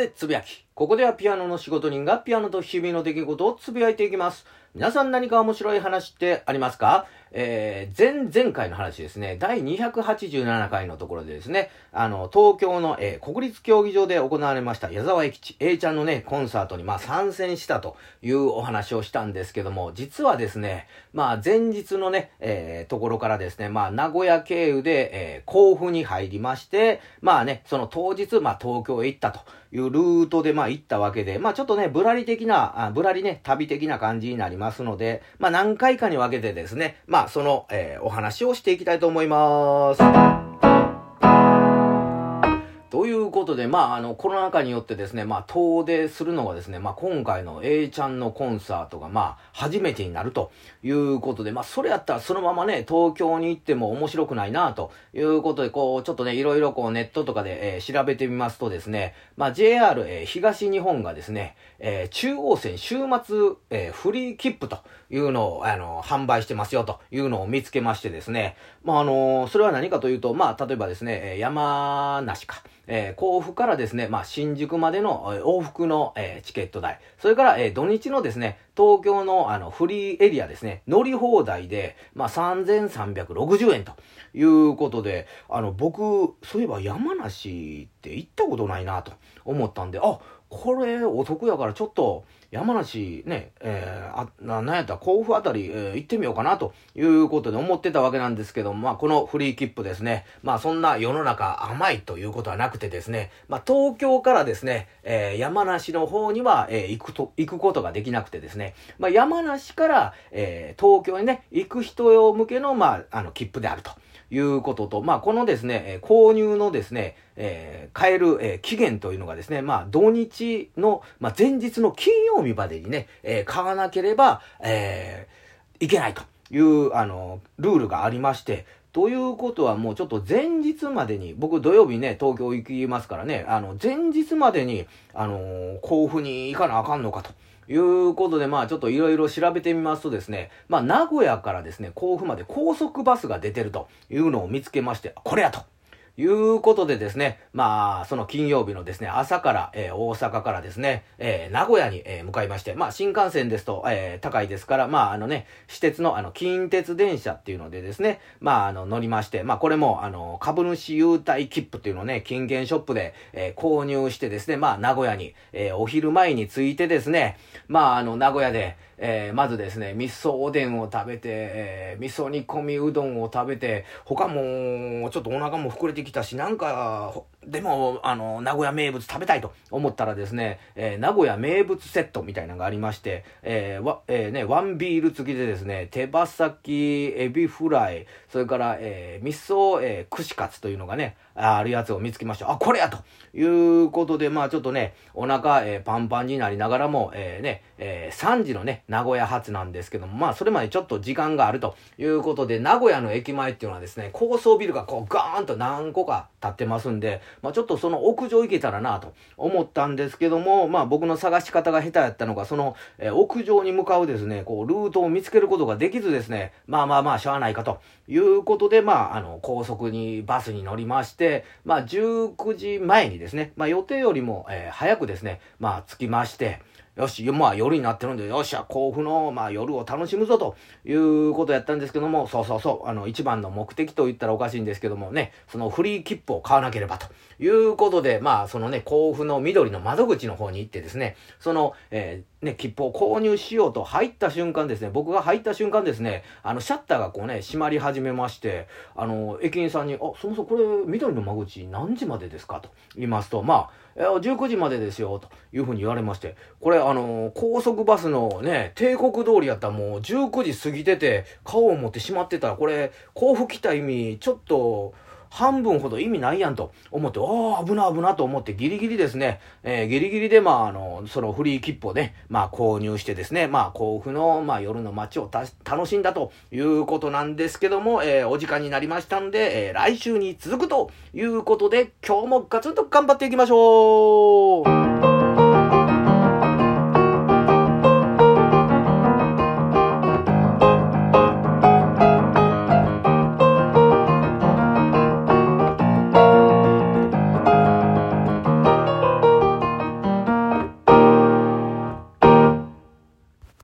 風つぶやき。ここではピアノの仕事人がピアノと日々の出来事をつぶやいていきます。皆さん何か面白い話ってありますか？前々回の話ですね、第287回のところでですね、東京の、国立競技場で行われました矢沢永吉 A ちゃんのね、コンサートに参戦したというお話をしたんですけども、実はですね、前日のね、ところからですね、名古屋経由で、甲府に入りまして、その当日、東京へ行ったというルートで行ったわけで、ちょっとね、ぶらりね、旅的な感じになりますので、何回かに分けてですね、その、お話をしていきたいと思います。ということで、コロナ禍によってですね、遠出するのがですね、今回の A ちゃんのコンサートが、初めてになるということで、それやったらそのままね、東京に行っても面白くないな、ということで、ちょっとね、いろいろネットとかで、調べてみますとですね、JR、東日本がですね、中央線週末、フリー切符というのを、販売してますよというのを見つけましてですね、それは何かというと、例えばですね、山梨か、甲府からですね、新宿までの往復の、チケット代、それから、土日のですね、東京のフリーエリアですね、乗り放題で、3360円ということで、僕、そういえば山梨って行ったことないなと思ったんで、これお得やからちょっと山梨ね、なんやったら甲府あたり、行ってみようかなということで思ってたわけなんですけども、このフリー切符ですね、そんな世の中甘いということはなくてですね、東京からですね、山梨の方には、行くことができなくてですね、山梨から、東京にね、行く人用向けの、切符であるということと、このですね、購入のですね、買える、期限というのがですね、土日の、前日の金曜日までにね、買わなければ、いけないという、ルールがありまして、ということはもうちょっと前日までに、僕土曜日ね、東京行きますからね、前日までに、甲府に行かなあかんのかと。いうことで、ちょっといろいろ調べてみますとですね、名古屋からですね、甲府まで高速バスが出てるというのを見つけまして、これやということでですね、その金曜日のですね、朝から、大阪からですね、名古屋に、向かいまして、新幹線ですと、高いですから、私鉄の近鉄電車っていうのでですね、乗りまして、これも、株主優待切符っていうのをね、金券ショップで、購入してですね、名古屋に、お昼前に着いてですね、名古屋で、まずですね、味噌おでんを食べて、味噌煮込みうどんを食べて、他もちょっとお腹も膨れてきたし、なんかでも名古屋名物食べたいと思ったらですね、名古屋名物セットみたいなのがありまして、ワンビール付きでですね、手羽先エビフライ、それから、味噌、串カツというのがねあるやつを見つけました。これやということで、ちょっとねお腹、パンパンになりながらも、3時のね名古屋発なんですけども、それまでちょっと時間があるということで、名古屋の駅前っていうのはですね、高層ビルがガーンと何個か建ってますんで、ちょっとその屋上行けたらなと思ったんですけども、僕の探し方が下手やったのが、その、屋上に向かうですね、ルートを見つけることができずですね、しゃあないかということで、高速にバスに乗りまして、19時前にですね、予定よりも、早くですね、着きまして、よし、夜になってるんで、よっしゃ、甲府の、夜を楽しむぞということやったんですけども、一番の目的と言ったらおかしいんですけどもね、そのフリー切符を買わなければということで、そのね、甲府の緑の窓口の方に行ってですね、その、切符を購入しようと入った瞬間ですね、僕が入った瞬間ですね、シャッターが閉まり始めまして、駅員さんに、そもそもこれ、緑の間口何時までですかと言いますと、19時までですよ、というふうに言われまして、これ、高速バスのね、帝国通りやったらもう19時過ぎてて、顔を持ってしまってたら、これ、甲府来た意味、ちょっと、半分ほど意味ないやんと思って、危なと思ってギリギリですね、ギリギリでそのフリー切符をね、購入してですね、甲府の夜の街を楽しんだということなんですけども、お時間になりましたんで、来週に続くということで、今日もガツンと頑張っていきましょう。